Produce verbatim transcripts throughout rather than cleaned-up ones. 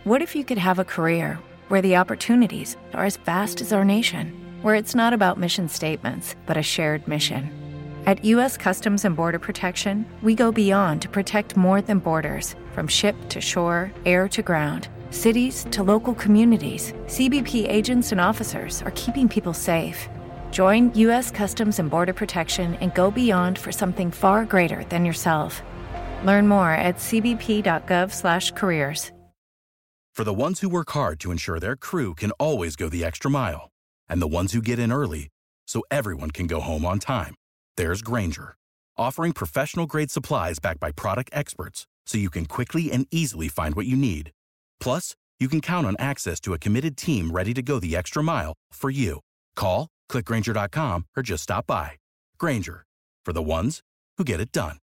What if you could have a career where the opportunities are as vast as our nation, where it's not about mission statements, but a shared mission? At U S Customs and Border Protection, we go beyond to protect more than borders. From ship to shore, air to ground, cities to local communities, C B P agents and officers are keeping people safe. Join U S Customs and Border Protection and go beyond for something far greater than yourself. Learn more at c b p dot gov slash careers. For the ones who work hard to ensure their crew can always go the extra mile, and the ones who get in early so everyone can go home on time, there's Grainger, offering professional-grade supplies backed by product experts so you can quickly and easily find what you need. Plus, you can count on access to a committed team ready to go the extra mile for you. Call, click Grainger dot com, or just stop by. Grainger, for the ones who get it done.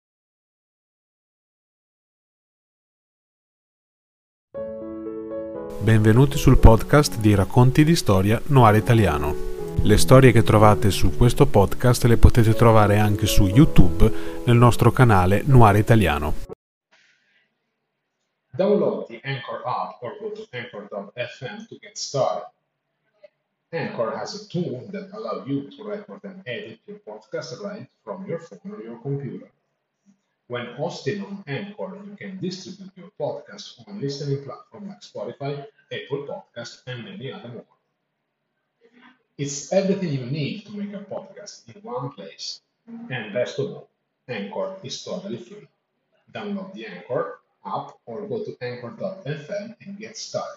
Benvenuti sul podcast di Racconti di Storia Noir Italiano. Le storie che trovate su questo podcast le potete trovare anche su YouTube nel nostro canale Noir Italiano. Download the Anchor app or go to anchor dot f m to get started. Anchor has a tool that allows you to record and edit your podcast right from your phone or your computer. When hosted on Anchor, you can distribute your podcast on listening platforms like Spotify, Apple Podcasts, and many other more. It's everything you need to make a podcast in one place. And best of all, Anchor is totally free. Download the Anchor app or go to anchor dot f m and get started.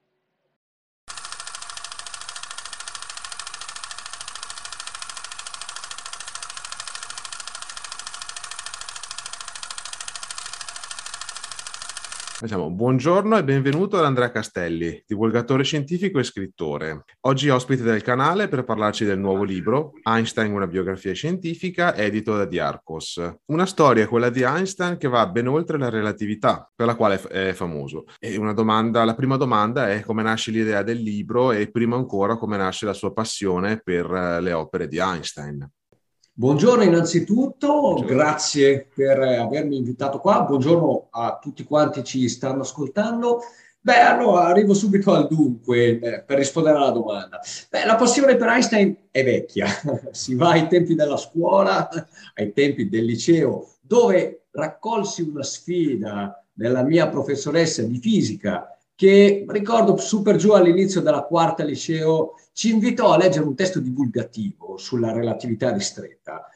Diciamo, buongiorno e benvenuto ad Andrea Castelli, divulgatore scientifico e scrittore. Oggi ospite del canale per parlarci del nuovo libro Einstein, una biografia scientifica, edito da Diarcos. Una storia, quella di Einstein, che va ben oltre la relatività, per la quale è famoso. E una domanda, la prima domanda è come nasce l'idea del libro e prima ancora come nasce la sua passione per le opere di Einstein. Buongiorno innanzitutto, Buongiorno. Grazie per avermi invitato qua, buongiorno a tutti quanti ci stanno ascoltando. Beh, allora arrivo subito al dunque eh, per rispondere alla domanda. Beh, la passione per Einstein è vecchia, si va ai tempi della scuola, ai tempi del liceo, dove raccolsi una sfida della mia professoressa di fisica che, ricordo, su per giù all'inizio della quarta liceo, ci invitò a leggere un testo divulgativo sulla relatività ristretta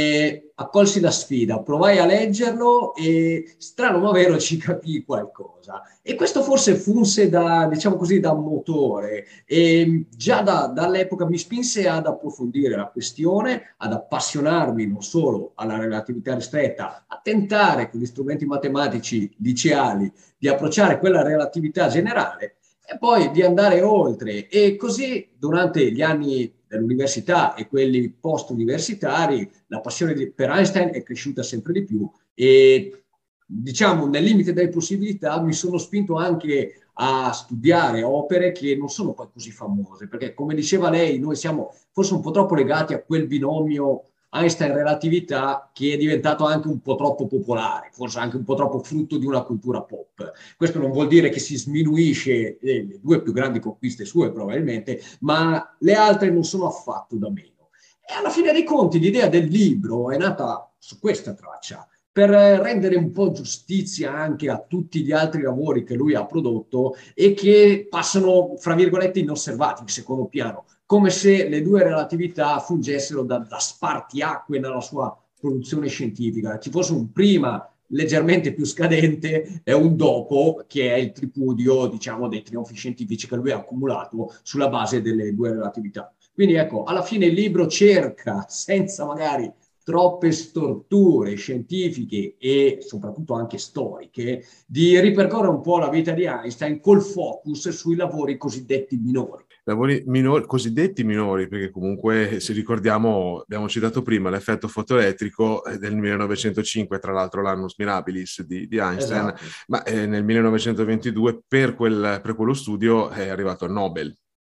e accolsi la sfida, provai a leggerlo e, strano ma vero, ci capii qualcosa. E questo forse funse da, diciamo così, da motore e già da, dall'epoca mi spinse ad approfondire la questione, ad appassionarmi non solo alla relatività ristretta, a tentare con gli strumenti matematici liceali di approcciare quella relatività generale e poi di andare oltre. E così durante gli anni dell'università e quelli post-universitari la passione di, per Einstein è cresciuta sempre di più e, diciamo, nel limite delle possibilità mi sono spinto anche a studiare opere che non sono poi così famose, perché come diceva lei noi siamo forse un po' troppo legati a quel binomio Einstein-relatività che è diventato anche un po' troppo popolare, forse anche un po' troppo frutto di una cultura pop. Questo non vuol dire che si sminuisce eh, le due più grandi conquiste sue probabilmente, ma le altre non sono affatto da meno. E alla fine dei conti l'idea del libro è nata su questa traccia, per rendere un po' giustizia anche a tutti gli altri lavori che lui ha prodotto e che passano, fra virgolette, inosservati in secondo piano, come se le due relatività fungessero da, da spartiacque nella sua produzione scientifica. Ci fosse un prima leggermente più scadente e un dopo che è il tripudio, diciamo, dei trionfi scientifici che lui ha accumulato sulla base delle due relatività. Quindi ecco, alla fine il libro cerca, senza magari troppe storture scientifiche e soprattutto anche storiche, di ripercorrere un po' la vita di Einstein col focus sui lavori cosiddetti minori. Lavori minori, cosiddetti minori, perché comunque, se ricordiamo, abbiamo citato prima l'effetto fotoelettrico del millenovecentocinque, tra l'altro l'annus mirabilis di, di Einstein, esatto. Ma eh, nel millenovecentoventidue per, quel, per quello studio è arrivato il Nobel.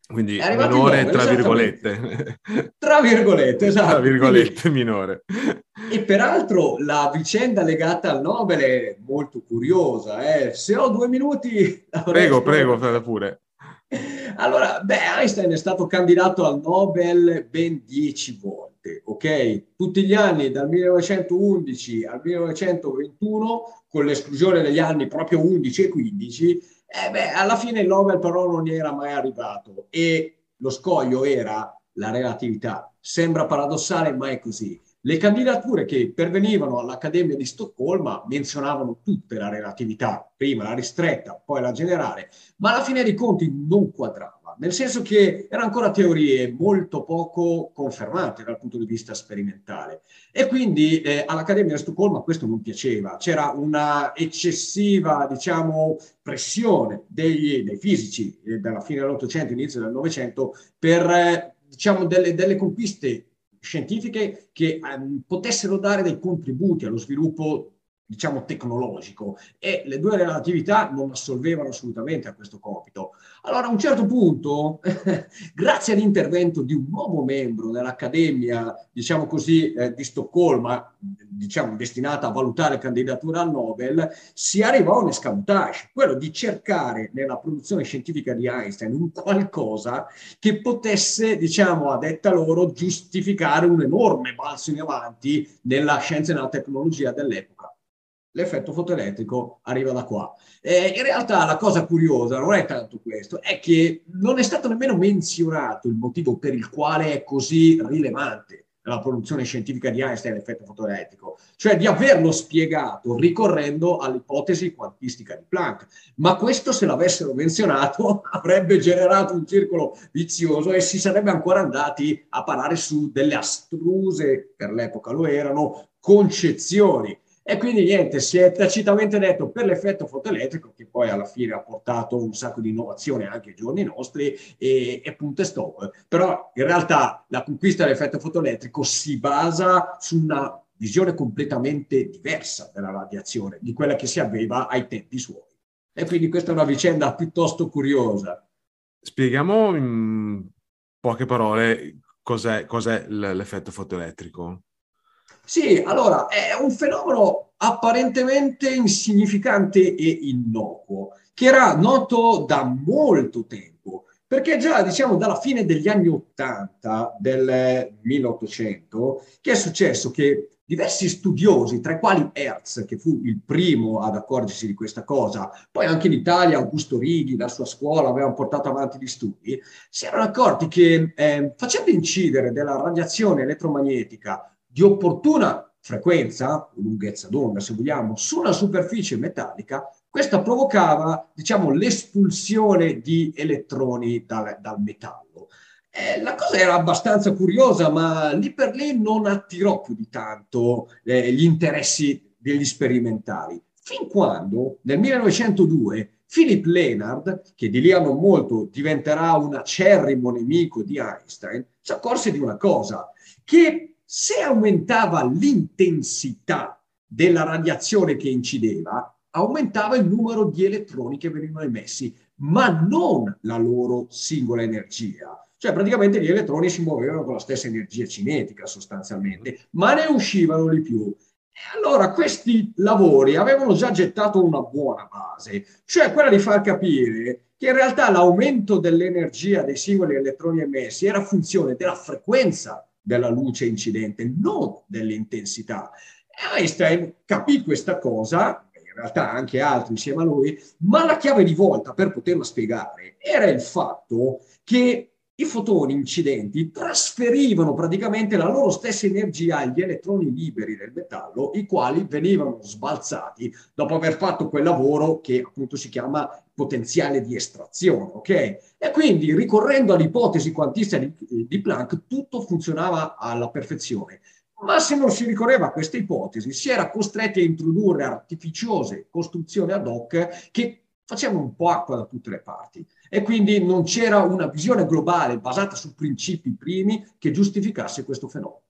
Quindi È arrivato il minore Nobel, tra esattamente. virgolette. Tra virgolette, esatto. Tra virgolette, Quindi, minore. e peraltro la vicenda legata al Nobel è molto curiosa. Eh. Se ho due minuti avrei Prego, prego, esplorato. fate pure. Allora, beh, Einstein è stato candidato al Nobel ben dieci volte, ok? Tutti gli anni, dal millenovecentoundici al millenovecentoventuno, con l'esclusione degli anni proprio undici e quindici, eh beh, alla fine il Nobel però non era mai arrivato e lo scoglio era la relatività. Sembra paradossale, ma è così. Le candidature che pervenivano all'Accademia di Stoccolma menzionavano tutte la relatività, prima la ristretta, poi la generale, ma alla fine dei conti non quadrava, nel senso che erano ancora teorie molto poco confermate dal punto di vista sperimentale. E quindi eh, all'Accademia di Stoccolma questo non piaceva, c'era una eccessiva, diciamo, pressione degli, dei fisici eh, dalla fine dell'Ottocento, inizio del Novecento, per eh, diciamo, delle, delle conquiste scientifiche che ehm, potessero dare dei contributi allo sviluppo, diciamo, tecnologico, e le due relatività non assolvevano assolutamente a questo compito. Allora, a un certo punto, grazie all'intervento di un nuovo membro dell'Accademia, diciamo così, eh, di Stoccolma, diciamo, destinata a valutare candidatura al Nobel, si arrivò a un escamotage, quello di cercare nella produzione scientifica di Einstein un qualcosa che potesse, diciamo, a detta loro, giustificare un enorme balzo in avanti nella scienza e nella tecnologia dell'epoca. L'effetto fotoelettrico arriva da qua. Eh, in realtà la cosa curiosa non è tanto questo, è che non è stato nemmeno menzionato il motivo per il quale è così rilevante la produzione scientifica di Einstein l'effetto fotoelettrico, cioè di averlo spiegato ricorrendo all'ipotesi quantistica di Planck. Ma questo, se l'avessero menzionato, avrebbe generato un circolo vizioso e si sarebbe ancora andati a parare su delle astruse, per l'epoca lo erano, concezioni. E quindi niente, si è tacitamente detto per l'effetto fotoelettrico, che poi alla fine ha portato un sacco di innovazione anche ai giorni nostri, e, e punto e stop. Però in realtà la conquista dell'effetto fotoelettrico si basa su una visione completamente diversa della radiazione, di quella che si aveva ai tempi suoi. E quindi questa è una vicenda piuttosto curiosa. Spieghiamo in poche parole cos'è, cos'è l'effetto fotoelettrico. Sì, allora, è un fenomeno apparentemente insignificante e innocuo, che era noto da molto tempo, perché già, diciamo, dalla fine degli anni Ottanta del milleottocento, che è successo che diversi studiosi, tra i quali Hertz, che fu il primo ad accorgersi di questa cosa, poi anche in Italia Augusto Righi, la sua scuola, avevano portato avanti gli studi, si erano accorti che eh, facendo incidere della radiazione elettromagnetica di opportuna frequenza, lunghezza d'onda se vogliamo, su una superficie metallica, questa provocava, diciamo, l'espulsione di elettroni dal, dal metallo. Eh, la cosa era abbastanza curiosa, ma lì per lì non attirò più di tanto eh, gli interessi degli sperimentali, fin quando nel millenovecentodue Philipp Lenard, che di lì a non molto diventerà un acerrimo nemico di Einstein, si accorse di una cosa, che se aumentava l'intensità della radiazione che incideva, aumentava il numero di elettroni che venivano emessi, ma non la loro singola energia. Cioè praticamente gli elettroni si muovevano con la stessa energia cinetica sostanzialmente, ma ne uscivano di più. E allora questi lavori avevano già gettato una buona base, cioè quella di far capire che in realtà l'aumento dell'energia dei singoli elettroni emessi era funzione della frequenza della luce incidente, non dell'intensità. Einstein capì questa cosa, in realtà anche altri insieme a lui, ma la chiave di volta per poterla spiegare era il fatto che i fotoni incidenti trasferivano praticamente la loro stessa energia agli elettroni liberi del metallo, i quali venivano sbalzati dopo aver fatto quel lavoro che appunto si chiama potenziale di estrazione, ok? E quindi, ricorrendo all'ipotesi quantista di, di Planck, tutto funzionava alla perfezione. Ma se non si ricorreva a questa ipotesi, si era costretti a introdurre artificiose costruzioni ad hoc che facevano un po' acqua da tutte le parti. E quindi non c'era una visione globale basata su principi primi che giustificasse questo fenomeno.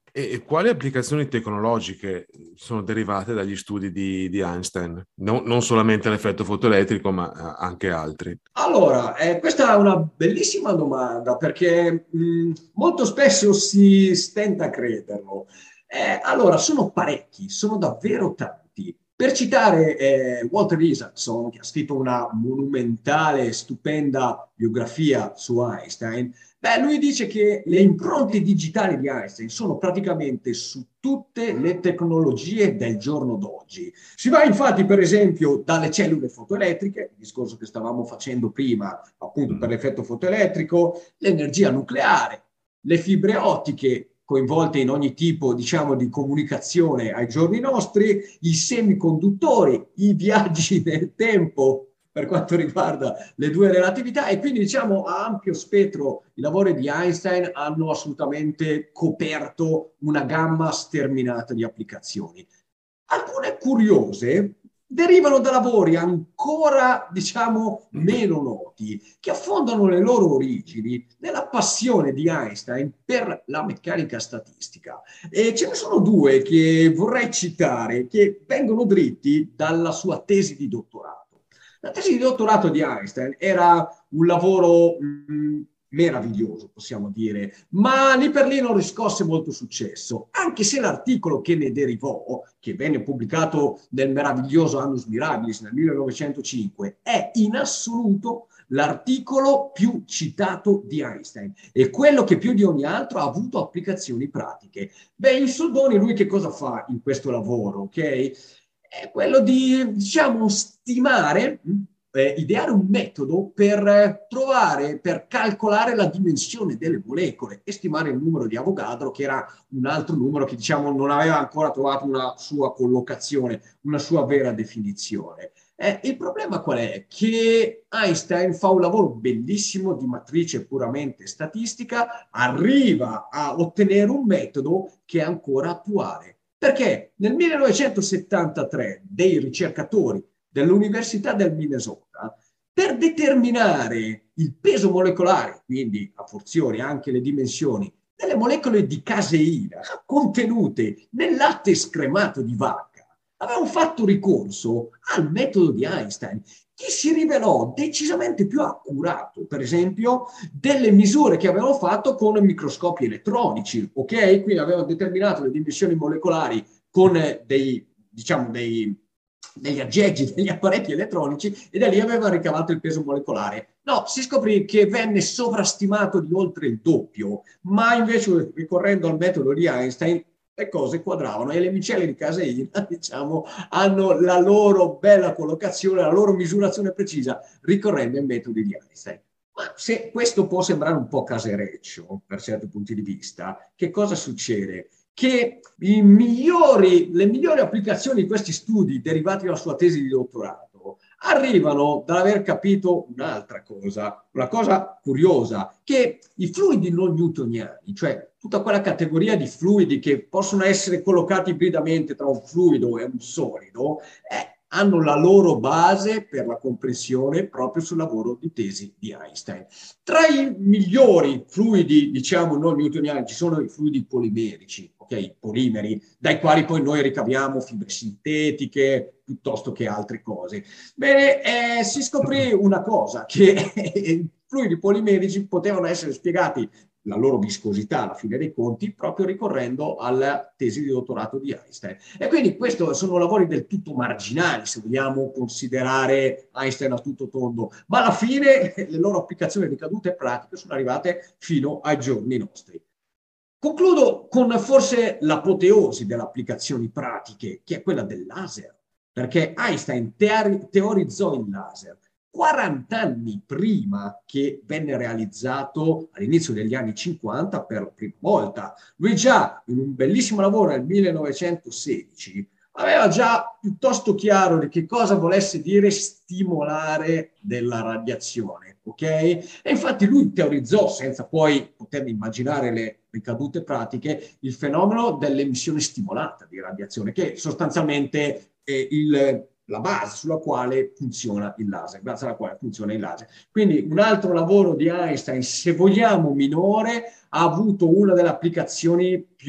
E quali applicazioni tecnologiche sono derivate dagli studi di, di Einstein? No, non solamente l'effetto fotoelettrico, ma anche altri. Allora, eh, questa è una bellissima domanda perché mh, molto spesso si stenta a crederlo. Eh, allora, sono parecchi, sono davvero tanti. Per citare eh, Walter Isaacson, che ha scritto una monumentale, stupenda biografia su Einstein, beh, lui dice che le impronte digitali di Einstein sono praticamente su tutte le tecnologie del giorno d'oggi. Si va infatti, per esempio, dalle cellule fotoelettriche, il discorso che stavamo facendo prima, appunto per l'effetto fotoelettrico, l'energia nucleare, le fibre ottiche coinvolte in ogni tipo, diciamo, di comunicazione ai giorni nostri, i semiconduttori, i viaggi nel tempo per quanto riguarda le due relatività, e quindi diciamo a ampio spettro i lavori di Einstein hanno assolutamente coperto una gamma sterminata di applicazioni. Alcune curiose derivano da lavori ancora, diciamo, meno noti, che affondano le loro origini nella passione di Einstein per la meccanica statistica. E ce ne sono due che vorrei citare, che vengono dritti dalla sua tesi di dottorato. La tesi di dottorato di Einstein era un lavoro mh, meraviglioso, possiamo dire, ma lì per lì non riscosse molto successo, anche se l'articolo che ne derivò, che venne pubblicato nel meraviglioso Annus Mirabilis nel millenovecentocinque, è in assoluto l'articolo più citato di Einstein e quello che più di ogni altro ha avuto applicazioni pratiche. Beh, in soldoni lui che cosa fa in questo lavoro, ok? È quello di, diciamo, stimare, eh, ideare un metodo per eh, trovare, per calcolare la dimensione delle molecole e stimare il numero di Avogadro, che era un altro numero che, diciamo, non aveva ancora trovato una sua collocazione, una sua vera definizione. Eh, il problema qual è? Che Einstein fa un lavoro bellissimo di matrice puramente statistica, arriva a ottenere un metodo che è ancora attuale. Perché nel millenovecentosettantatré dei ricercatori dell'Università del Minnesota, per determinare il peso molecolare, quindi a forzioni anche le dimensioni, delle molecole di caseina contenute nel latte scremato di vacca, avevano fatto ricorso al metodo di Einstein, che si rivelò decisamente più accurato, per esempio, delle misure che avevano fatto con microscopi elettronici, ok? Quindi avevano determinato le dimensioni molecolari con dei, diciamo, dei, degli aggeggi, degli apparecchi elettronici, e da lì aveva ricavato il peso molecolare. No, si scoprì che venne sovrastimato di oltre il doppio, ma invece, ricorrendo al metodo di Einstein, le cose quadravano e le micelle di caseina, diciamo, hanno la loro bella collocazione, la loro misurazione precisa, ricorrendo ai metodi di Einstein. Ma se questo può sembrare un po' casereccio per certi punti di vista, che cosa succede? Che i migliori, le migliori applicazioni di questi studi derivati dalla sua tesi di dottorato arrivano dall'aver capito un'altra cosa, una cosa curiosa, che i fluidi non newtoniani, cioè tutta quella categoria di fluidi che possono essere collocati ibridamente tra un fluido e un solido, eh, hanno la loro base per la comprensione proprio sul lavoro di tesi di Einstein. Tra i migliori fluidi, diciamo, non newtoniani, ci sono i fluidi polimerici, ok, polimeri, dai quali poi noi ricaviamo fibre sintetiche piuttosto che altre cose. Bene, eh, si scoprì una cosa, che i fluidi polimerici potevano essere spiegati, la loro viscosità alla fine dei conti, proprio ricorrendo alla tesi di dottorato di Einstein. E quindi questi sono lavori del tutto marginali, se vogliamo considerare Einstein a tutto tondo, ma alla fine le loro applicazioni ricadute pratiche sono arrivate fino ai giorni nostri. Concludo con forse l'apoteosi delle applicazioni pratiche, che è quella del laser, perché Einstein teorizzò il laser quaranta anni prima che venne realizzato all'inizio degli anni cinquanta per la prima volta. Lui già in un bellissimo lavoro nel millenovecentosedici aveva già piuttosto chiaro di che cosa volesse dire stimolare della radiazione, ok? E infatti lui teorizzò, senza poi poter immaginare le ricadute pratiche, il fenomeno dell'emissione stimolata di radiazione, che sostanzialmente è il la base sulla quale funziona il laser, grazie alla quale funziona il laser. Quindi un altro lavoro di Einstein, se vogliamo minore, ha avuto una delle applicazioni più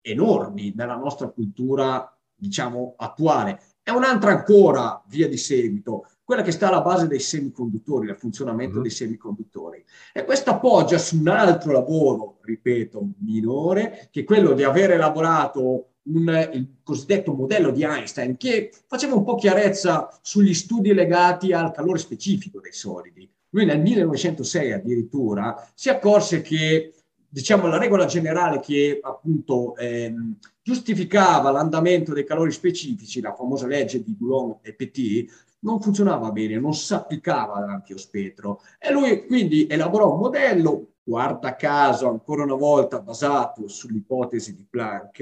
enormi nella nostra cultura, diciamo, attuale. È un'altra ancora via di seguito, quella che sta alla base dei semiconduttori, il funzionamento mm-hmm. dei semiconduttori. E questa appoggia su un altro lavoro, ripeto, minore, che è quello di aver elaborato un, il cosiddetto modello di Einstein, che faceva un po' chiarezza sugli studi legati al calore specifico dei solidi. Lui nel millenovecentosei addirittura si accorse che, diciamo, la regola generale che appunto ehm, giustificava l'andamento dei calori specifici, la famosa legge di Coulomb e Petit, non funzionava bene, non si applicava all'antiospettro. E lui quindi elaborò un modello, guarda caso, ancora una volta basato sull'ipotesi di Planck,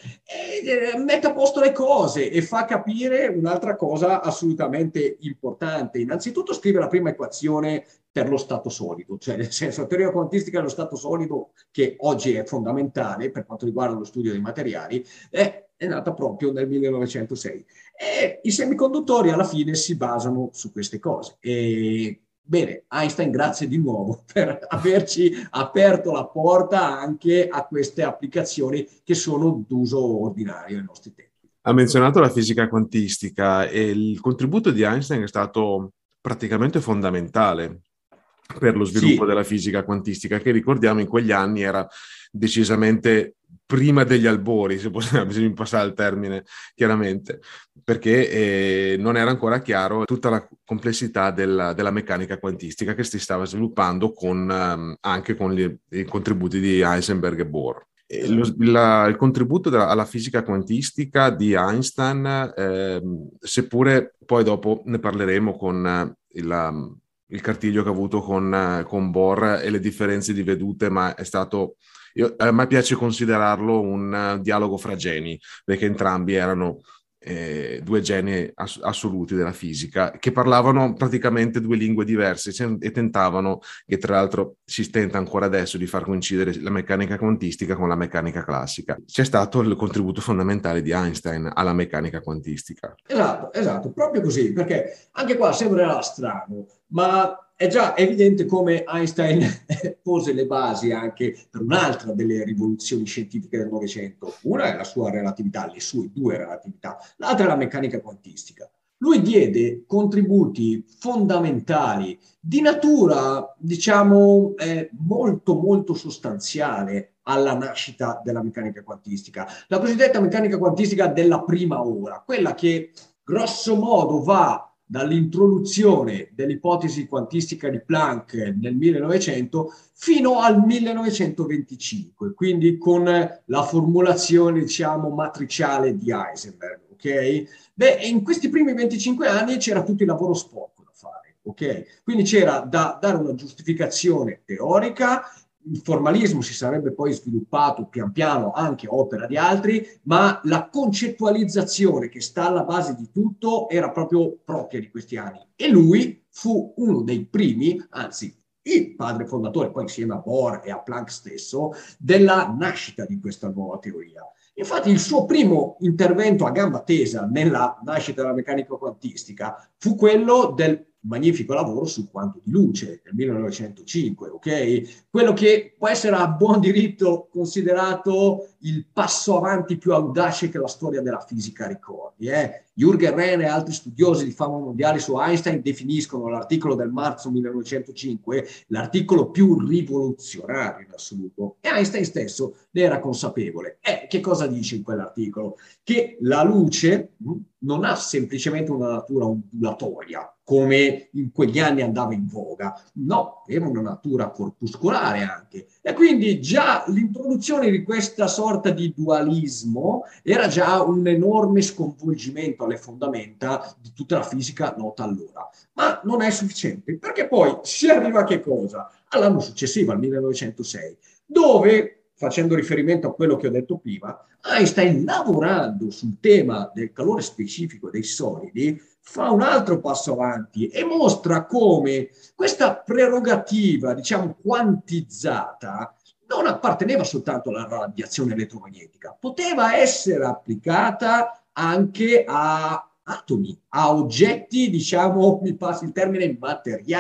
e mette a posto le cose e fa capire un'altra cosa assolutamente importante. Innanzitutto scrive la prima equazione per lo stato solido, cioè nel senso la teoria quantistica dello stato solido, che oggi è fondamentale per quanto riguarda lo studio dei materiali, è è nata proprio nel millenovecentosei. E i semiconduttori alla fine si basano su queste cose. E bene, Einstein, grazie di nuovo per averci aperto la porta anche a queste applicazioni che sono d'uso ordinario nei nostri tempi. Ha menzionato la fisica quantistica e il contributo di Einstein è stato praticamente fondamentale per lo sviluppo sì. della fisica quantistica, che ricordiamo in quegli anni era decisamente prima degli albori, se, possiamo, se mi passa il termine chiaramente, perché eh, non era ancora chiaro tutta la complessità della, della meccanica quantistica che si stava sviluppando con, um, anche con gli, i contributi di Heisenberg e Bohr. E lo, la, il contributo della, alla fisica quantistica di Einstein, eh, seppure poi dopo ne parleremo con uh, il, il cartiglio che ha avuto con, uh, con Bohr e le differenze di vedute, ma è stato... Io, a me piace considerarlo un uh, dialogo fra geni, perché entrambi erano eh, due geni ass- assoluti della fisica, che parlavano praticamente due lingue diverse c- e tentavano, che tra l'altro si tenta ancora adesso, di far coincidere la meccanica quantistica con la meccanica classica. C'è stato il contributo fondamentale di Einstein alla meccanica quantistica. Esatto, esatto, proprio così, perché anche qua sembrerà strano, ma è già evidente come Einstein pose le basi anche per un'altra delle rivoluzioni scientifiche del Novecento. Una è la sua relatività, le sue due relatività, l'altra è la meccanica quantistica. Lui diede contributi fondamentali di natura, diciamo, eh, molto, molto sostanziale alla nascita della meccanica quantistica. La cosiddetta meccanica quantistica della prima ora, quella che grosso modo va dall'introduzione dell'ipotesi quantistica di Planck nel millenovecento fino al millenovecentoventicinque, quindi con la formulazione, diciamo, matriciale di Heisenberg, ok? Beh, in questi primi venticinque anni c'era tutto il lavoro sporco da fare, ok? Quindi c'era da dare una giustificazione teorica. Il formalismo si sarebbe poi sviluppato pian piano anche a opera di altri, ma la concettualizzazione che sta alla base di tutto era proprio propria di questi anni. E lui fu uno dei primi, anzi il padre fondatore, poi insieme a Bohr e a Planck stesso, della nascita di questa nuova teoria. Infatti il suo primo intervento a gamba tesa nella nascita della meccanica quantistica fu quello del magnifico lavoro sul quanto di luce del millenovecentocinque, ok? Quello che può essere a buon diritto considerato il passo avanti più audace che la storia della fisica ricordi. Eh? Jürgen Rehn e altri studiosi di fama mondiale su Einstein definiscono l'articolo del marzo millenovecentocinque l'articolo più rivoluzionario in assoluto, e Einstein stesso ne era consapevole. E che cosa dice in quell'articolo? Che la luce mh, non ha semplicemente una natura ondulatoria, come in quegli anni andava in voga. No, aveva una natura corpuscolare anche. E quindi già l'introduzione di questa sorta di dualismo era già un enorme sconvolgimento alle fondamenta di tutta la fisica nota allora. Ma non è sufficiente, perché poi si arriva a che cosa? All'anno successivo, al millenovecentosei, dove, facendo riferimento a quello che ho detto prima, Einstein, lavorando sul tema del calore specifico dei solidi, fa un altro passo avanti e mostra come questa prerogativa, diciamo, quantizzata non apparteneva soltanto alla radiazione elettromagnetica, poteva essere applicata anche a atomi, a oggetti, diciamo, mi passi il termine, materiali,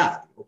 ok?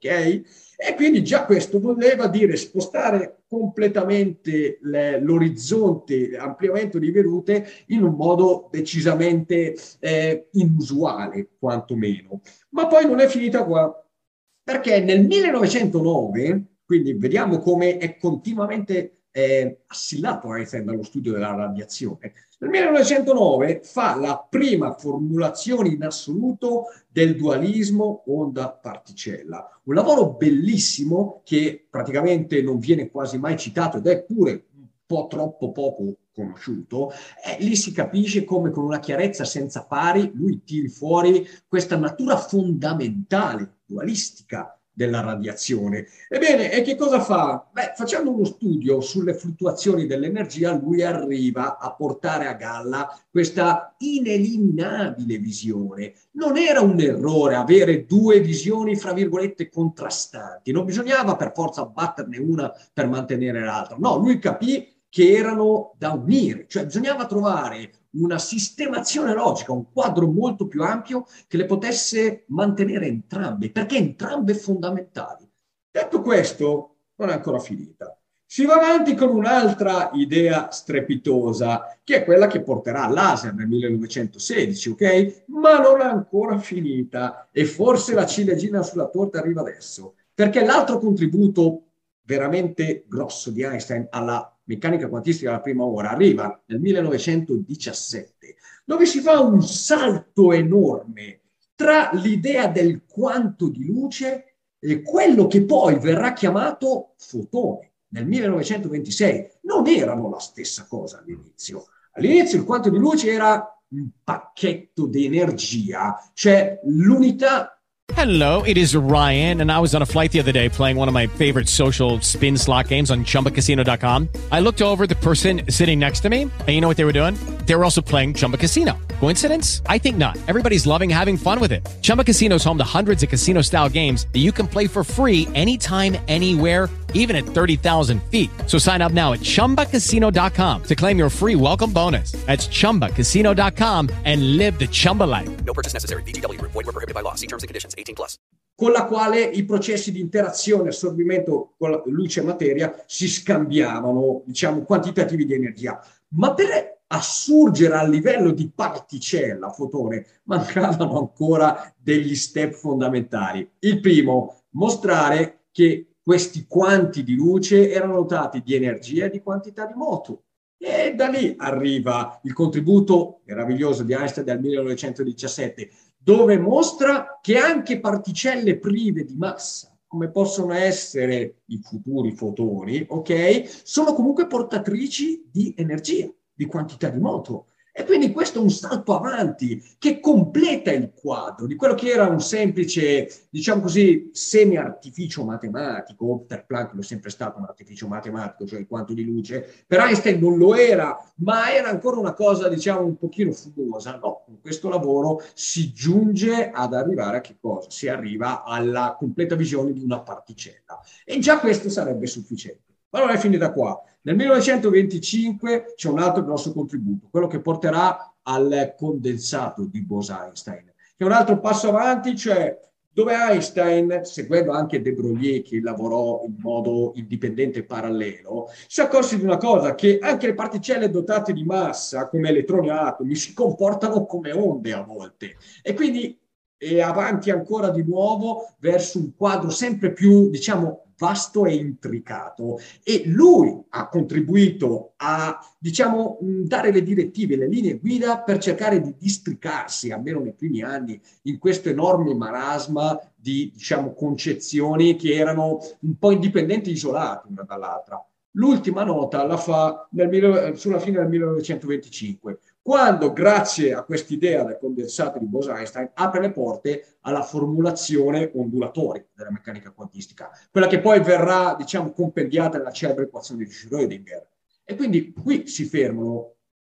E quindi già questo voleva dire spostare completamente le, l'orizzonte, l'ampliamento di vedute in un modo decisamente eh, inusuale, quantomeno. Ma poi non è finita qua, perché nel millenovecentonove, quindi vediamo come è continuamente eh, assillato Einstein dallo studio della radiazione, nel millenovecentonove fa la prima formulazione in assoluto del dualismo onda-particella. Un lavoro bellissimo che praticamente non viene quasi mai citato ed è pure un po' troppo poco conosciuto. E lì si capisce come con una chiarezza senza pari lui tiri fuori questa natura fondamentale, dualistica, della radiazione. Ebbene, e che cosa fa? Beh, facendo uno studio sulle fluttuazioni dell'energia, lui arriva a portare a galla questa ineliminabile visione. Non era un errore avere due visioni, fra virgolette, contrastanti. Non bisognava per forza batterne una per mantenere l'altra. No, lui capì che erano da unire, cioè bisognava trovare una sistemazione logica, un quadro molto più ampio che le potesse mantenere entrambe, perché entrambe fondamentali. Detto questo, non è ancora finita. Si va avanti con un'altra idea strepitosa, che è quella che porterà al laser nel millenovecentosedici, ok? Ma non è ancora finita e forse la ciliegina sulla torta arriva adesso, perché l'altro contributo veramente grosso di Einstein alla meccanica quantistica alla prima ora arriva nel millenovecentodiciassette, dove si fa un salto enorme tra l'idea del quanto di luce e quello che poi verrà chiamato fotone nel millenovecentoventisei. Non erano la stessa cosa all'inizio. All'inizio il quanto di luce era un pacchetto di energia, cioè l'unità. Hello, it is Ryan, and I was on a flight the other day playing one of my favorite social spin slot games on Chumba Casino dot com. I looked over at the person sitting next to me, and you know what they were doing? They were also playing Chumba Casino. Coincidence? I think not. Everybody's loving having fun with it. Chumba Casino is home to hundreds of casino-style games that you can play for free anytime, anywhere, even at thirty thousand feet. So sign up now at Chumba Casino dot com to claim your free welcome bonus. That's Chumba Casino dot com and live the Chumba life. No purchase necessary. V G W. Void where prohibited by law. See terms and conditions. eighteen plus. Con la quale i processi di interazione e assorbimento con la luce e materia si scambiavano, diciamo, quantitativi di energia. Ma per assurgere al livello di particella, fotone, mancavano ancora degli step fondamentali. Il primo, mostrare che questi quanti di luce erano dotati di energia e di quantità di moto. E da lì arriva il contributo meraviglioso di Einstein del millenovecentodiciassette, dove mostra che anche particelle prive di massa, come possono essere i futuri fotoni, ok, sono comunque portatrici di energia, di quantità di moto. E quindi questo è un salto avanti che completa il quadro di quello che era un semplice, diciamo così, semi-artificio matematico. Per Planck lo è sempre stato un artificio matematico, cioè il quanto di luce. Per Einstein non lo era, ma era ancora una cosa, diciamo, un pochino fumosa. No, con questo lavoro si giunge ad arrivare a che cosa? Si arriva alla completa visione di una particella. E già questo sarebbe sufficiente. Ma non è finita qua. Nel millenovecentoventicinque c'è un altro grosso contributo, quello che porterà al condensato di Bose-Einstein, che è un altro passo avanti, cioè dove Einstein, seguendo anche De Broglie, che lavorò in modo indipendente e parallelo, si accorse di una cosa, che anche le particelle dotate di massa, come elettroni e atomi, si comportano come onde a volte. E quindi è avanti ancora di nuovo verso un quadro sempre più, diciamo, vasto e intricato, e lui ha contribuito a, diciamo, dare le direttive, le linee guida per cercare di districarsi, almeno nei primi anni, in questo enorme marasma di, diciamo, concezioni che erano un po' indipendenti e isolate una dall'altra. L'ultima nota la fa nel, sulla fine del millenovecentoventicinque, quando, grazie a quest'idea del condensato di Bose-Einstein, apre le porte alla formulazione ondulatoria della meccanica quantistica, quella che poi verrà, diciamo, compendiata nella celebre equazione di Schrödinger. E quindi qui si fermano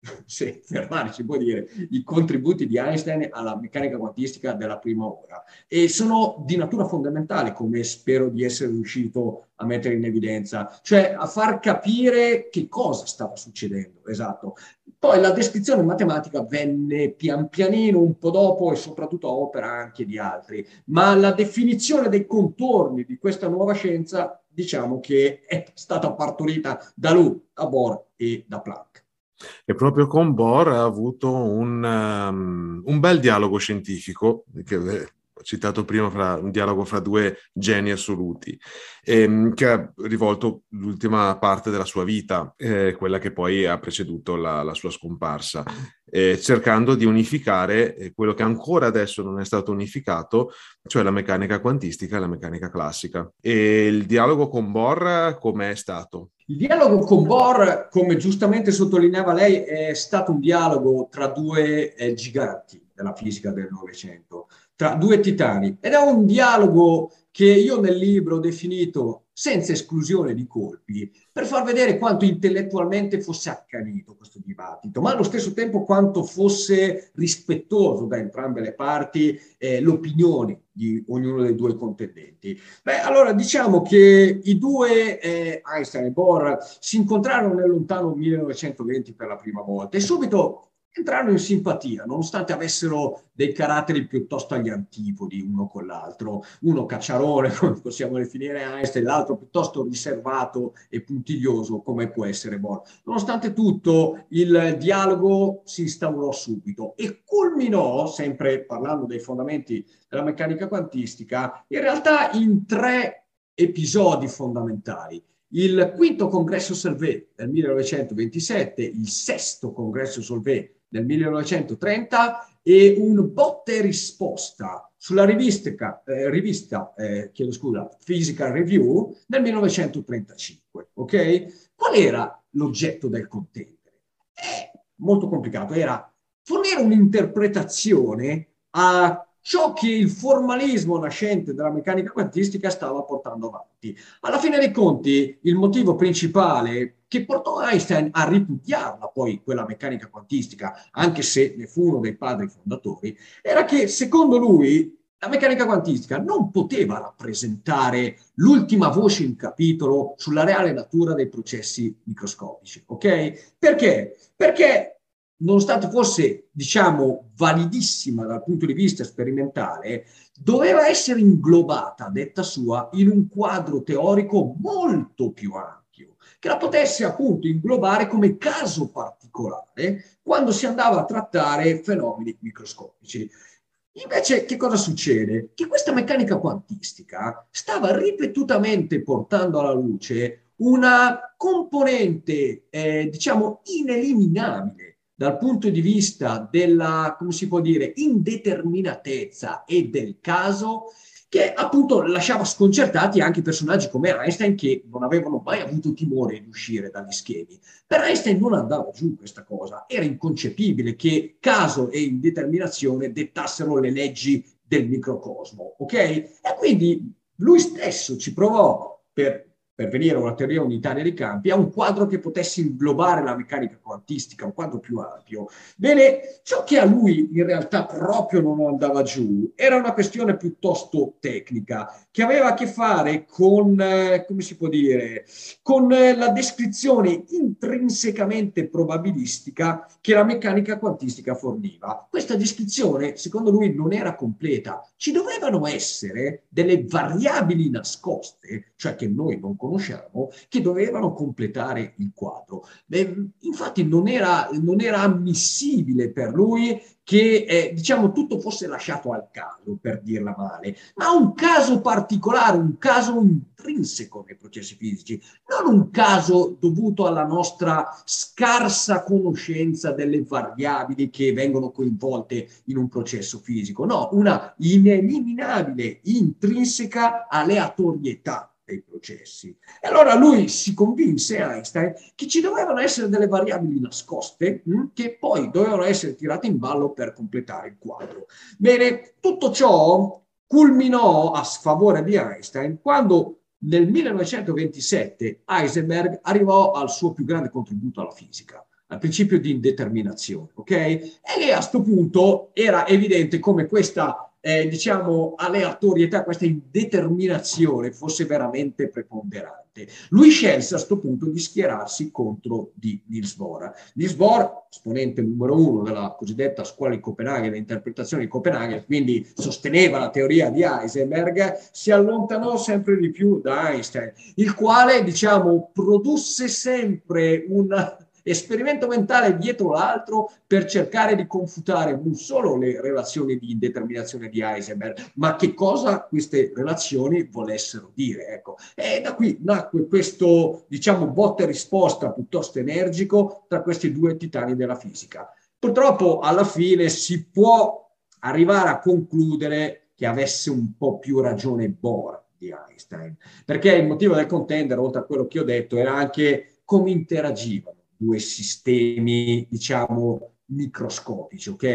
se Ferrari si può dire, i contributi di Einstein alla meccanica quantistica della prima ora, e sono di natura fondamentale, come spero di essere riuscito a mettere in evidenza, cioè a far capire che cosa stava succedendo, esatto. Poi la descrizione matematica venne pian pianino un po' dopo e soprattutto a opera anche di altri, ma la definizione dei contorni di questa nuova scienza, diciamo che è stata partorita da lui, da Bohr e da Planck. E proprio con Bohr ha avuto un, um, un bel dialogo scientifico, che ho citato prima, fra, un dialogo fra due geni assoluti, ehm, che ha rivolto l'ultima parte della sua vita, eh, quella che poi ha preceduto la, la sua scomparsa, eh, cercando di unificare quello che ancora adesso non è stato unificato, cioè la meccanica quantistica e la meccanica classica. E il dialogo con Bohr com'è stato? Il dialogo con Bohr, come giustamente sottolineava lei, è stato un dialogo tra due eh, giganti della fisica del Novecento, tra due titani, ed è un dialogo che io nel libro ho definito senza esclusione di colpi, per far vedere quanto intellettualmente fosse accanito questo dibattito, ma allo stesso tempo quanto fosse rispettoso da entrambe le parti eh, l'opinione di ognuno dei due contendenti. Beh, allora diciamo che i due, eh, Einstein e Bohr, si incontrarono nel lontano millenovecentoventi per la prima volta e subito entrarono in simpatia, nonostante avessero dei caratteri piuttosto agli antipodi uno con l'altro. Uno cacciarone, come possiamo definire Einstein, l'altro piuttosto riservato e puntiglioso, come può essere Bohr. Nonostante tutto, il dialogo si instaurò subito e culminò, sempre parlando dei fondamenti della meccanica quantistica, in realtà in tre episodi fondamentali. Il quinto congresso Solvay del millenovecentoventisette, il sesto congresso Solvay del millenovecentotrenta e un botta e risposta sulla rivista, eh, rivista eh, chiedo scusa, Physical Review del millenovecentotrentacinque. Ok? Qual era l'oggetto del contendere? È molto complicato, era fornire un'interpretazione a ciò che il formalismo nascente della meccanica quantistica stava portando avanti. Alla fine dei conti, il motivo principale che portò Einstein a ripudiarla poi quella meccanica quantistica, anche se ne fu uno dei padri fondatori, era che secondo lui la meccanica quantistica non poteva rappresentare l'ultima voce in capitolo sulla reale natura dei processi microscopici. Ok? Perché? Perché nonostante fosse, diciamo, validissima dal punto di vista sperimentale, doveva essere inglobata, detta sua, in un quadro teorico molto più ampio, che la potesse appunto inglobare come caso particolare quando si andava a trattare fenomeni microscopici. Invece, che cosa succede? Che questa meccanica quantistica stava ripetutamente portando alla luce una componente, eh, diciamo, ineliminabile dal punto di vista della, come si può dire, indeterminatezza e del caso, che appunto lasciava sconcertati anche personaggi come Einstein, che non avevano mai avuto timore di uscire dagli schemi. Per Einstein non andava giù questa cosa, era inconcepibile che caso e indeterminazione dettassero le leggi del microcosmo, ok? E quindi lui stesso ci provò, per per venire a una teoria unitaria dei campi, a un quadro che potesse inglobare la meccanica quantistica, un quadro più ampio. Bene, ciò che a lui in realtà proprio non andava giù era una questione piuttosto tecnica, che aveva a che fare con, eh, come si può dire, con eh, la descrizione intrinsecamente probabilistica che la meccanica quantistica forniva. Questa descrizione, secondo lui, non era completa. Ci dovevano essere delle variabili nascoste, cioè che noi non conosciamo, che dovevano completare il quadro. Beh, infatti non era, non era ammissibile per lui che eh, diciamo tutto fosse lasciato al caso, per dirla male, ma un caso particolare, un caso intrinseco nei processi fisici, non un caso dovuto alla nostra scarsa conoscenza delle variabili che vengono coinvolte in un processo fisico, no, una ineliminabile, intrinseca aleatorietà dei processi. E allora lui si convinse, Einstein, che ci dovevano essere delle variabili nascoste mh, che poi dovevano essere tirate in ballo per completare il quadro. Bene, tutto ciò culminò a sfavore di Einstein quando nel millenovecentoventisette Heisenberg arrivò al suo più grande contributo alla fisica, al principio di indeterminazione, ok? E a sto punto era evidente come questa Eh, diciamo aleatorietà, questa indeterminazione fosse veramente preponderante. Lui scelse a questo punto di schierarsi contro di Niels Bohr. Niels Bohr, esponente numero uno della cosiddetta scuola di Copenaghen, l'interpretazione di Copenaghen, quindi sosteneva la teoria di Heisenberg, si allontanò sempre di più da Einstein, il quale, diciamo, produsse sempre un esperimento mentale dietro l'altro per cercare di confutare non solo le relazioni di indeterminazione di Heisenberg, ma che cosa queste relazioni volessero dire. Ecco. E da qui nacque questo, diciamo, botta e risposta piuttosto energico tra questi due titani della fisica. Purtroppo alla fine si può arrivare a concludere che avesse un po' più ragione Bohr di Einstein, perché il motivo del contendere, oltre a quello che ho detto, era anche come interagivano due sistemi, diciamo, microscopici, ok?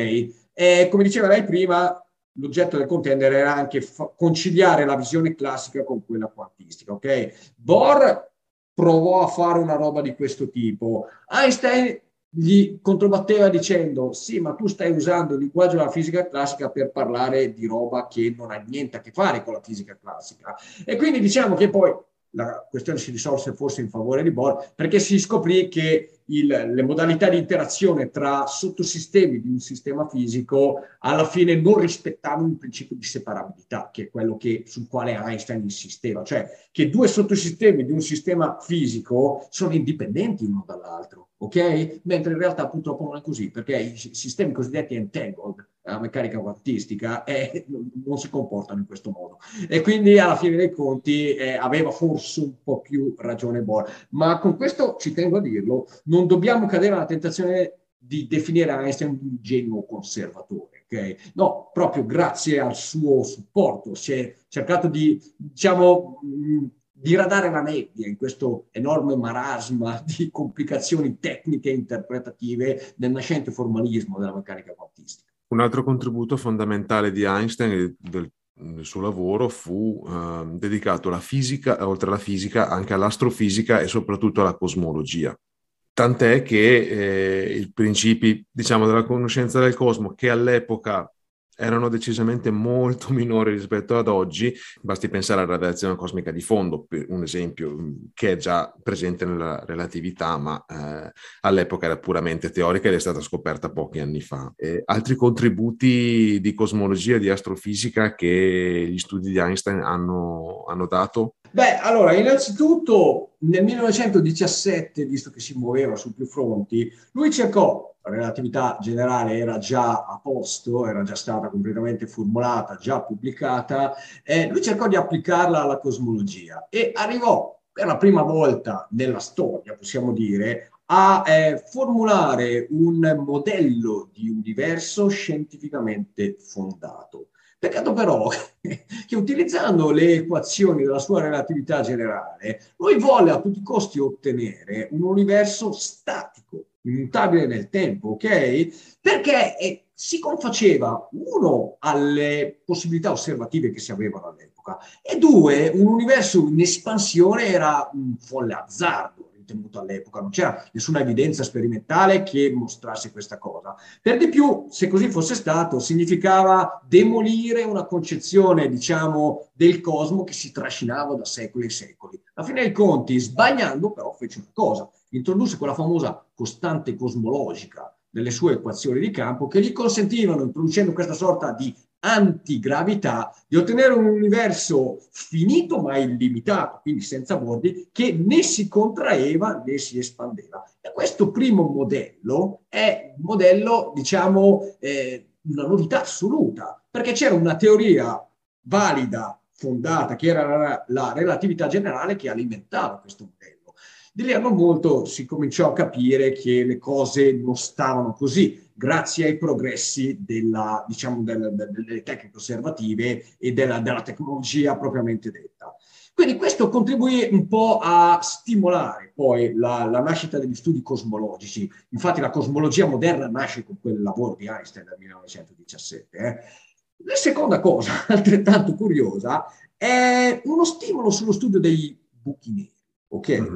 E come diceva lei prima, l'oggetto del contendere era anche fa- conciliare la visione classica con quella quantistica, ok? Bohr provò a fare una roba di questo tipo. Einstein gli controbatteva dicendo sì, ma tu stai usando il linguaggio della fisica classica per parlare di roba che non ha niente a che fare con la fisica classica. E quindi diciamo che poi la questione si risolse forse in favore di Bohr, perché si scoprì che il, le modalità di interazione tra sottosistemi di un sistema fisico alla fine non rispettavano un principio di separabilità, che è quello che, sul quale Einstein insisteva, cioè che due sottosistemi di un sistema fisico sono indipendenti l'uno dall'altro, ok? Mentre in realtà purtroppo non è così, perché i sistemi cosiddetti entangled, la meccanica quantistica, eh, non si comportano in questo modo. E quindi alla fine dei conti eh, aveva forse un po' più ragione Bohr. Ma con questo, ci tengo a dirlo, non dobbiamo cadere alla tentazione di definire Einstein un ingenuo conservatore. Okay? No, proprio grazie al suo supporto si è cercato di, diciamo, mh, diradare la nebbia in questo enorme marasma di complicazioni tecniche e interpretative del nascente formalismo della meccanica quantistica. Un altro contributo fondamentale di Einstein e del, del suo lavoro fu eh, dedicato alla fisica, oltre alla fisica, anche all'astrofisica e soprattutto alla cosmologia. Tant'è che eh, i principi, diciamo, della conoscenza del cosmo, che all'epoca erano decisamente molto minori rispetto ad oggi, basti pensare alla radiazione cosmica di fondo, per un esempio, che è già presente nella relatività, ma eh, all'epoca era puramente teorica ed è stata scoperta pochi anni fa. E altri contributi di cosmologia e di astrofisica che gli studi di Einstein hanno, hanno dato? Beh, allora, innanzitutto nel millenovecentodiciassette, visto che si muoveva su più fronti, lui cercò, la relatività generale era già a posto, era già stata completamente formulata, già pubblicata, e lui cercò di applicarla alla cosmologia e arrivò per la prima volta nella storia, possiamo dire, a eh, formulare un modello di universo scientificamente fondato. Peccato però che utilizzando le equazioni della sua relatività generale, lui volle a tutti i costi ottenere un universo statico, immutabile nel tempo, ok? Perché eh, si confaceva, uno, alle possibilità osservative che si avevano all'epoca, e due, un universo in espansione era un folle azzardo tenuto all'epoca, non c'era nessuna evidenza sperimentale che mostrasse questa cosa. Per di più, se così fosse stato, significava demolire una concezione, diciamo, del cosmo che si trascinava da secoli e secoli. Alla fine dei conti, sbagliando, però fece una cosa, introdusse quella famosa costante cosmologica delle sue equazioni di campo che gli consentivano, introducendo questa sorta di antigravità, di ottenere un universo finito ma illimitato, quindi senza bordi, che né si contraeva né si espandeva. E questo primo modello è un modello, diciamo, eh, una novità assoluta, perché c'era una teoria valida, fondata, che era la, la relatività generale, che alimentava questo modello. Di lì a non molto si cominciò a capire che le cose non stavano così, grazie ai progressi della, diciamo, del, delle tecniche osservative e della, della tecnologia propriamente detta. Quindi questo contribuì un po' a stimolare poi la, la nascita degli studi cosmologici. Infatti la cosmologia moderna nasce con quel lavoro di Einstein del millenovecentodiciassette. Eh. La seconda cosa, altrettanto curiosa, è uno stimolo sullo studio dei buchi neri. Ok? Uh-huh.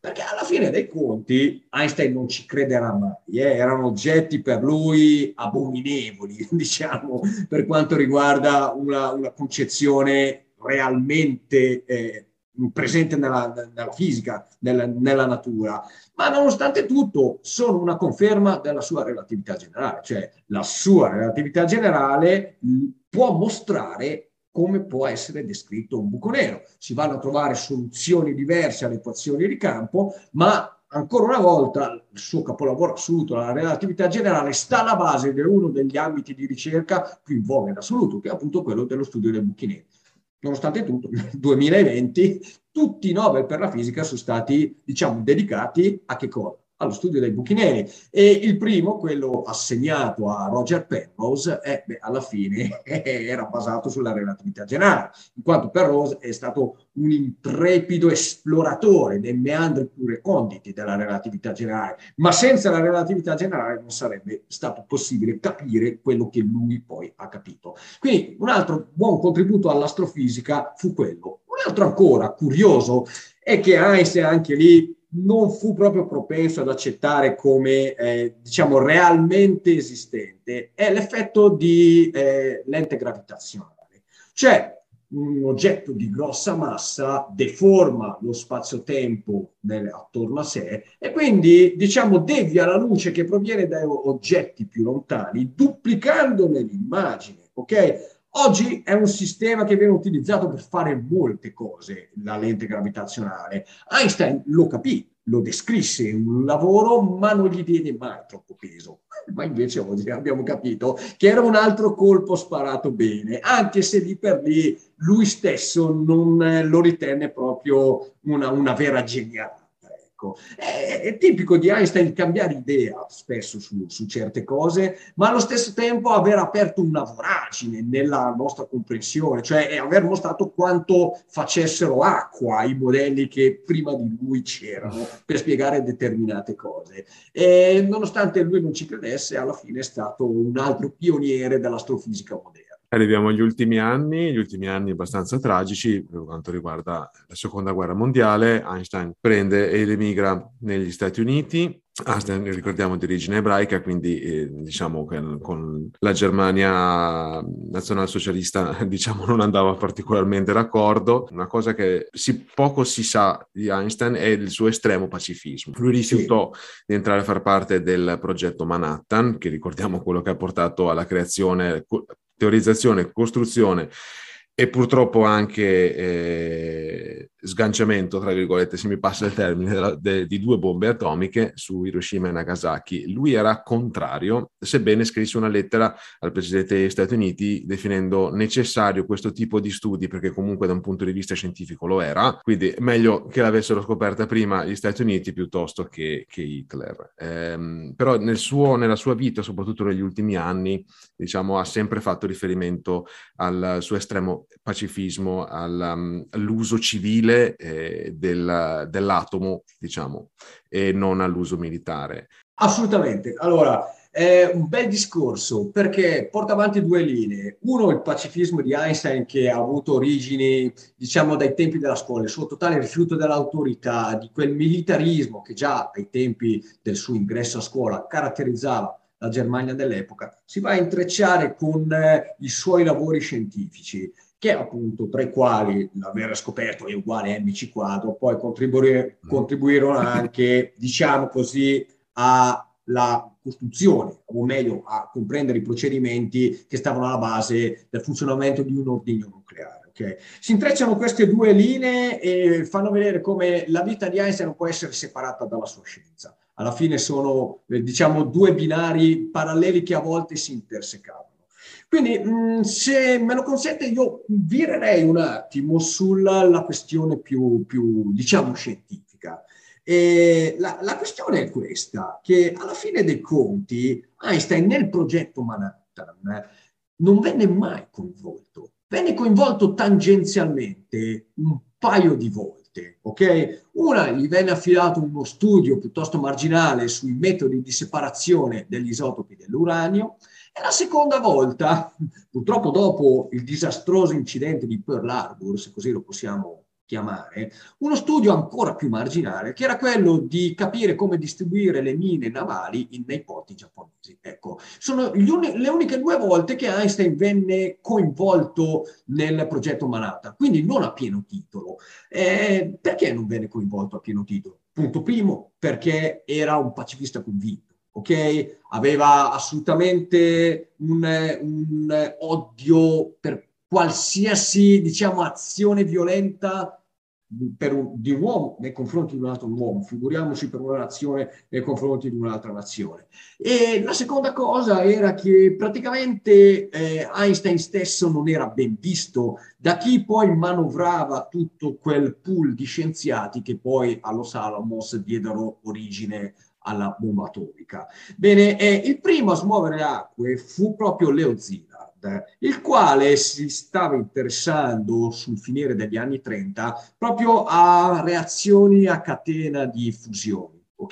Perché alla fine dei conti Einstein non ci crederà mai, eh? Erano oggetti per lui abominevoli, diciamo, per quanto riguarda una, una concezione realmente eh, presente nella, nella fisica, nella, nella natura, ma nonostante tutto sono una conferma della sua relatività generale, cioè la sua relatività generale può mostrare come può essere descritto un buco nero. Si vanno a trovare soluzioni diverse alle equazioni di campo, ma ancora una volta il suo capolavoro assoluto, la relatività generale, sta alla base di uno degli ambiti di ricerca più in voga in assoluto, che è appunto quello dello studio dei buchi neri. Nonostante tutto, nel duemilaventi tutti i Nobel per la fisica sono stati, diciamo, dedicati a che cosa? Allo studio dei buchi neri. E il primo, quello assegnato a Roger Penrose, eh, beh, alla fine era basato sulla relatività generale, in quanto Penrose è stato un intrepido esploratore dei meandri più reconditi della relatività generale, ma senza la relatività generale non sarebbe stato possibile capire quello che lui poi ha capito. Quindi un altro buon contributo all'astrofisica fu quello. Un altro ancora curioso è che Einstein anche lì non fu proprio propenso ad accettare come, eh, diciamo, realmente esistente, è l'effetto di eh, lente gravitazionale. Cioè, un oggetto di grossa massa deforma lo spazio-tempo nel, attorno a sé e quindi, diciamo, devia la luce che proviene da oggetti più lontani, duplicandone l'immagine, ok? Oggi è un sistema che viene utilizzato per fare molte cose, la lente gravitazionale. Einstein lo capì, lo descrisse in un lavoro, ma non gli diede mai troppo peso. Ma invece oggi abbiamo capito che era un altro colpo sparato bene, anche se lì per lì lui stesso non lo ritenne proprio una, una vera geniale. È, è tipico di Einstein cambiare idea spesso su, su certe cose, ma allo stesso tempo aver aperto una voragine nella nostra comprensione, cioè aver mostrato quanto facessero acqua i modelli che prima di lui c'erano per spiegare determinate cose. E nonostante lui non ci credesse, alla fine è stato un altro pioniere dell'astrofisica moderna. Arriviamo agli ultimi anni, gli ultimi anni abbastanza tragici per quanto riguarda la seconda guerra mondiale. Einstein prende ed emigra negli Stati Uniti. Einstein, ricordiamo, di origine ebraica, quindi eh, diciamo che con la Germania nazionalsocialista diciamo non andava particolarmente d'accordo. Una cosa che si, poco si sa di Einstein è il suo estremo pacifismo. Lui rifiutò sì. di entrare a far parte del progetto Manhattan, che ricordiamo quello che ha portato alla creazione, teorizzazione, costruzione e purtroppo anche eh, sganciamento, tra virgolette, se mi passa il termine, de, de, di due bombe atomiche su Hiroshima e Nagasaki. Lui era contrario, sebbene scrisse una lettera al presidente degli Stati Uniti definendo necessario questo tipo di studi, perché comunque da un punto di vista scientifico lo era, quindi meglio che l'avessero scoperta prima gli Stati Uniti piuttosto che, che Hitler. Ehm, però nel suo, nella sua vita, soprattutto negli ultimi anni, diciamo, ha sempre fatto riferimento al suo estremo pacifismo, al, all'uso civile eh, del, dell'atomo, diciamo, e non all'uso militare. Assolutamente. Allora, è un bel discorso perché porta avanti due linee. Uno, il pacifismo di Einstein, che ha avuto origini, diciamo, dai tempi della scuola, il suo totale rifiuto dell'autorità, di quel militarismo che già ai tempi del suo ingresso a scuola caratterizzava la Germania dell'epoca, si va a intrecciare con eh, i suoi lavori scientifici, che appunto, tra i quali l'aver scoperto è uguale a mc quadro, poi contribuire, contribuirono anche, diciamo così, alla costruzione, o meglio a comprendere i procedimenti che stavano alla base del funzionamento di un ordigno nucleare. Okay? Si intrecciano queste due linee e fanno vedere come la vita di Einstein non può essere separata dalla sua scienza. Alla fine sono, eh, diciamo, due binari paralleli che a volte si intersecavano. Quindi, mh, se me lo consente, io virerei un attimo sulla la questione più, più, diciamo, scientifica. E la, la questione è questa, che alla fine dei conti Einstein nel progetto Manhattan eh, non venne mai coinvolto. Venne coinvolto tangenzialmente un paio di volte, ok? Una, gli venne affidato uno studio piuttosto marginale sui metodi di separazione degli isotopi dell'uranio, e la seconda volta, purtroppo dopo il disastroso incidente di Pearl Harbor, se così lo possiamo chiamare, uno studio ancora più marginale, che era quello di capire come distribuire le mine navali in, nei porti giapponesi. Ecco, sono gli uni, le uniche due volte che Einstein venne coinvolto nel progetto Manhattan, quindi non a pieno titolo. Eh, perché non venne coinvolto a pieno titolo? Punto primo, perché era un pacifista convinto. Ok? Aveva assolutamente un, un odio per qualsiasi, diciamo, azione violenta per un, di un uomo nei confronti di un altro uomo, figuriamoci per una nazione nei confronti di un'altra nazione. E la seconda cosa era che praticamente eh, Einstein stesso non era ben visto da chi poi manovrava tutto quel pool di scienziati che poi a Los Alamos diedero origine alla bomba atomica. Bene, eh, il primo a smuovere le acque fu proprio Leo Szilard, il quale si stava interessando sul finire degli anni trenta proprio a reazioni a catena di fusioni.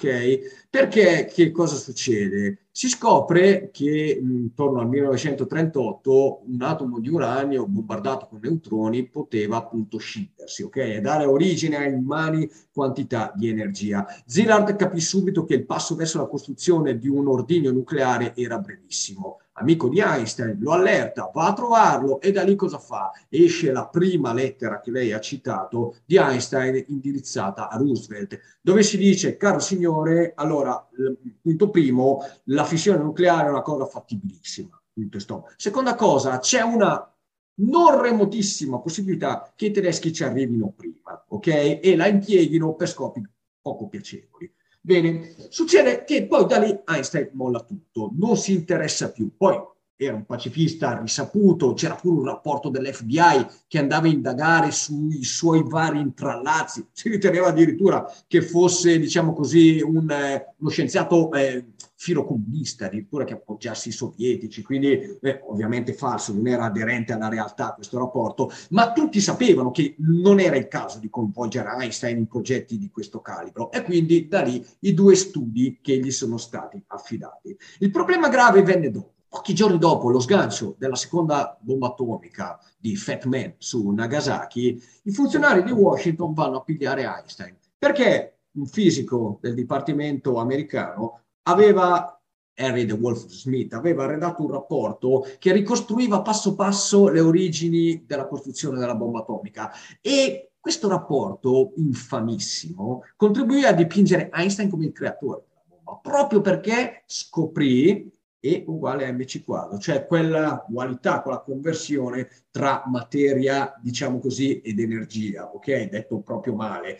Ok? Perché che cosa succede? Si scopre che intorno al millenovecentotrentotto un atomo di uranio bombardato con neutroni poteva appunto scindersi, ok? E dare origine a immani quantità di energia. Szilard capì subito che il passo verso la costruzione di un ordigno nucleare era brevissimo. Amico di Einstein, lo allerta, va a trovarlo e da lì cosa fa? Esce la prima lettera che lei ha citato di Einstein indirizzata a Roosevelt, dove si dice, caro signore, allora, punto primo, la fissione nucleare è una cosa fattibilissima. Punto stop. Seconda cosa, c'è una non remotissima possibilità che i tedeschi ci arrivino prima, ok? E la impieghino per scopi poco piacevoli. Bene, succede che poi da lì Einstein molla tutto, non si interessa più. Poi era un pacifista risaputo, c'era pure un rapporto dell'F B I che andava a indagare sui suoi vari intrallazzi, si riteneva addirittura che fosse, diciamo così, un, eh, uno scienziato eh, filocomunista, addirittura che appoggiasse i sovietici, quindi eh, ovviamente falso, non era aderente alla realtà questo rapporto, ma tutti sapevano che non era il caso di coinvolgere Einstein in progetti di questo calibro e quindi da lì i due studi che gli sono stati affidati. Il problema grave venne dopo. Pochi giorni dopo lo sgancio della seconda bomba atomica di Fat Man su Nagasaki, i funzionari di Washington vanno a pigliare Einstein, perché un fisico del dipartimento americano aveva, Harry De Wolf Smith, aveva redatto un rapporto che ricostruiva passo passo le origini della costruzione della bomba atomica e questo rapporto infamissimo contribuì a dipingere Einstein come il creatore della bomba, proprio perché scoprì E uguale a mc quadro, cioè quella dualità, quella conversione tra materia, diciamo così, ed energia, ok? Detto proprio male.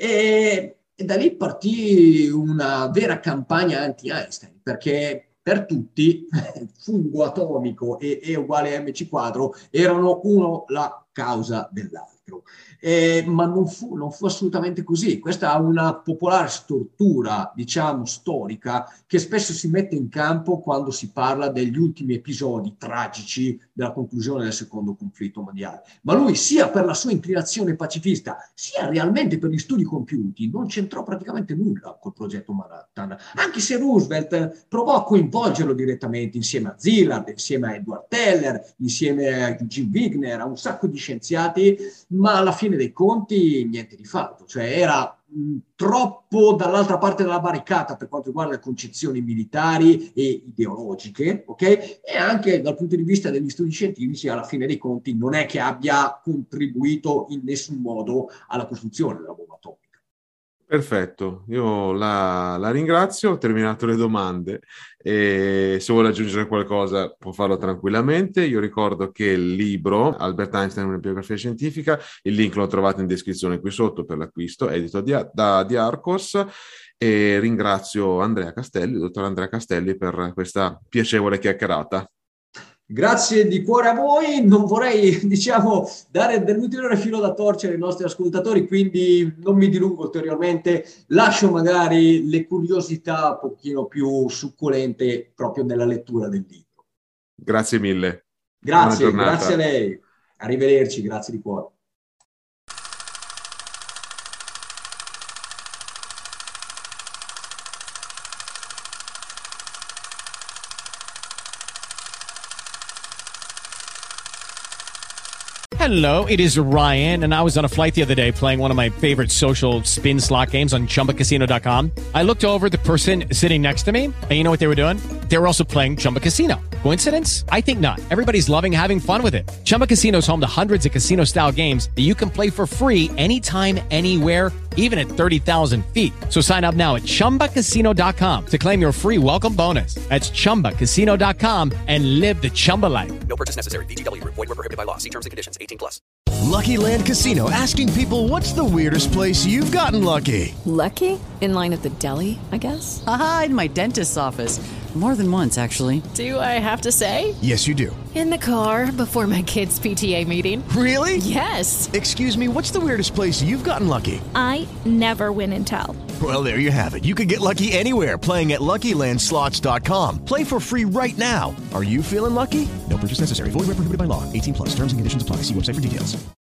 E, e da lì partì una vera campagna anti-Einstein, perché per tutti fungo atomico e E uguale a mc quadro erano uno la causa dell'altro. Eh, ma non fu, non fu assolutamente così. Questa è una popolare stortura, diciamo, storica, che spesso si mette in campo quando si parla degli ultimi episodi tragici della conclusione del secondo conflitto mondiale. Ma lui, sia per la sua inclinazione pacifista, sia realmente per gli studi compiuti, non c'entrò praticamente nulla col progetto Manhattan, anche se Roosevelt provò a coinvolgerlo direttamente insieme a Szilard, insieme a Edward Teller, insieme a Eugene Wigner, a un sacco di scienziati, ma alla fine dei conti niente di fatto, cioè era mh, troppo dall'altra parte della barricata per quanto riguarda le concezioni militari e ideologiche, ok? E anche dal punto di vista degli studi scientifici alla fine dei conti non è che abbia contribuito in nessun modo alla costruzione della bomba atomica. Perfetto, io la, la ringrazio, ho terminato le domande e se vuole aggiungere qualcosa può farlo tranquillamente. Io ricordo che il libro Albert Einstein, una biografia scientifica, il link lo trovate in descrizione qui sotto per l'acquisto, edito di, da di Arcos, e ringrazio Andrea Castelli, il dottor Andrea Castelli, per questa piacevole chiacchierata. Grazie di cuore a voi, non vorrei, diciamo, dare dell'ulteriore filo da torcere ai nostri ascoltatori, quindi non mi dilungo ulteriormente, lascio magari le curiosità un pochino più succulente proprio nella lettura del libro. Grazie mille. Grazie, grazie a lei. Arrivederci, grazie di cuore. Hello, it is Ryan, and I was on a flight the other day playing one of my favorite social spin slot games on chumba casino dot com. I looked over at the person sitting next to me, and you know what they were doing? They were also playing Chumba Casino. Coincidence? I think not. Everybody's loving having fun with it. Chumba Casino is home to hundreds of casino-style games that you can play for free anytime, anywhere, even at thirty thousand feet. So sign up now at chumba casino dot com to claim your free welcome bonus. That's chumba casino dot com and live the Chumba life. No purchase necessary. V G W. Void where prohibited by law. See terms and conditions. eighteen plus. Lucky Land Casino, asking people, what's the weirdest place you've gotten lucky? Lucky? In line at the deli, I guess? Aha, in my dentist's office. More than once, actually. Do I have to say? Yes, you do. In the car before my kids' P T A meeting. Really? Yes. Excuse me, what's the weirdest place you've gotten lucky? I never win and tell. Well, there you have it. You can get lucky anywhere, playing at Lucky Land Slots dot com. Play for free right now. Are you feeling lucky? No purchase necessary. Void where prohibited by law. eighteen plus. Terms and conditions apply. See website for details.